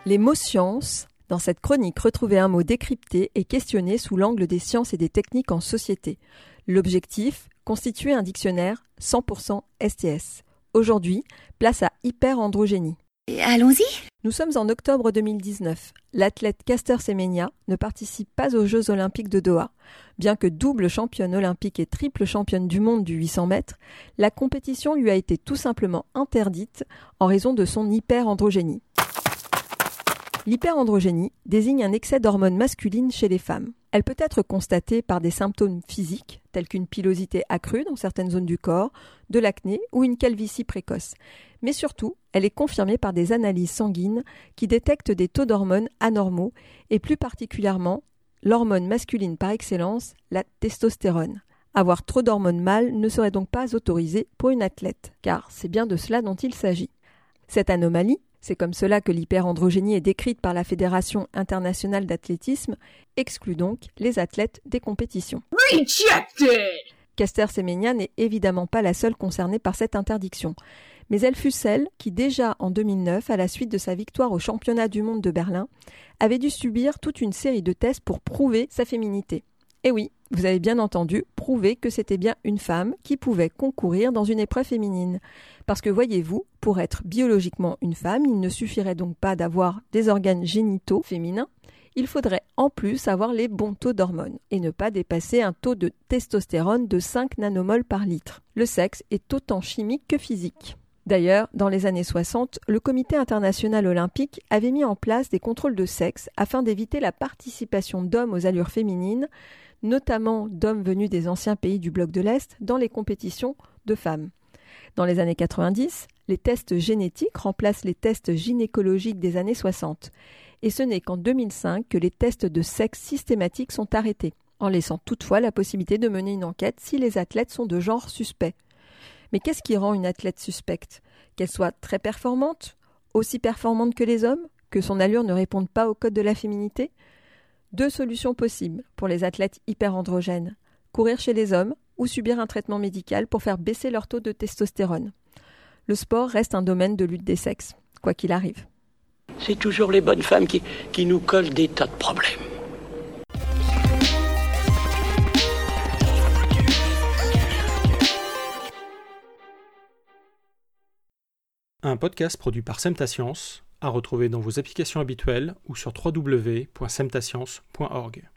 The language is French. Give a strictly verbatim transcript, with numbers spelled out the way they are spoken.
Les mots sciences. Dans cette chronique, retrouvez un mot décrypté et questionné sous l'angle des sciences et des techniques en société. L'objectif, constituer un dictionnaire cent pour cent S T S. Aujourd'hui, place à hyperandrogénie. Allons-y. Nous sommes en octobre deux mille dix-neuf. L'athlète Caster Semenya ne participe pas aux Jeux Olympiques de Doha. Bien que double championne olympique et triple championne du monde du huit cents mètres, la compétition lui a été tout simplement interdite en raison de son hyperandrogénie. L'hyperandrogénie désigne un excès d'hormones masculines chez les femmes. Elle peut être constatée par des symptômes physiques, tels qu'une pilosité accrue dans certaines zones du corps, de l'acné ou une calvitie précoce. Mais surtout, elle est confirmée par des analyses sanguines qui détectent des taux d'hormones anormaux et plus particulièrement l'hormone masculine par excellence, la testostérone. Avoir trop d'hormones mâles ne serait donc pas autorisé pour une athlète, car c'est bien de cela dont il s'agit. Cette anomalie, c'est comme cela que l'hyperandrogénie est décrite par la Fédération internationale d'athlétisme, exclut donc les athlètes des compétitions. Rejected! Caster Semenya n'est évidemment pas la seule concernée par cette interdiction, mais elle fut celle qui déjà en deux mille neuf, à la suite de sa victoire au championnat du monde de Berlin, avait dû subir toute une série de tests pour prouver sa féminité. Et oui, vous avez bien entendu, prouver que c'était bien une femme qui pouvait concourir dans une épreuve féminine. Parce que voyez-vous, pour être biologiquement une femme, il ne suffirait donc pas d'avoir des organes génitaux féminins, il faudrait en plus avoir les bons taux d'hormones et ne pas dépasser un taux de testostérone de cinq nanomoles par litre. Le sexe est autant chimique que physique. D'ailleurs, dans les années soixante, le Comité international olympique avait mis en place des contrôles de sexe afin d'éviter la participation d'hommes aux allures féminines, notamment d'hommes venus des anciens pays du bloc de l'Est, dans les compétitions de femmes. Dans les années quatre-vingt-dix, les tests génétiques remplacent les tests gynécologiques des années soixante. Et ce n'est qu'en deux mille cinq que les tests de sexe systématiques sont arrêtés, en laissant toutefois la possibilité de mener une enquête si les athlètes sont de genre suspect. Mais qu'est-ce qui rend une athlète suspecte ? Qu'elle soit très performante, aussi performante que les hommes, que son allure ne réponde pas au code de la féminité ? Deux solutions possibles pour les athlètes hyperandrogènes. Courir chez les hommes ou subir un traitement médical pour faire baisser leur taux de testostérone. Le sport reste un domaine de lutte des sexes, quoi qu'il arrive. C'est toujours les bonnes femmes qui, qui nous collent des tas de problèmes. Un podcast produit par Semtascience, à retrouver dans vos applications habituelles ou sur w w w point semtascience point org.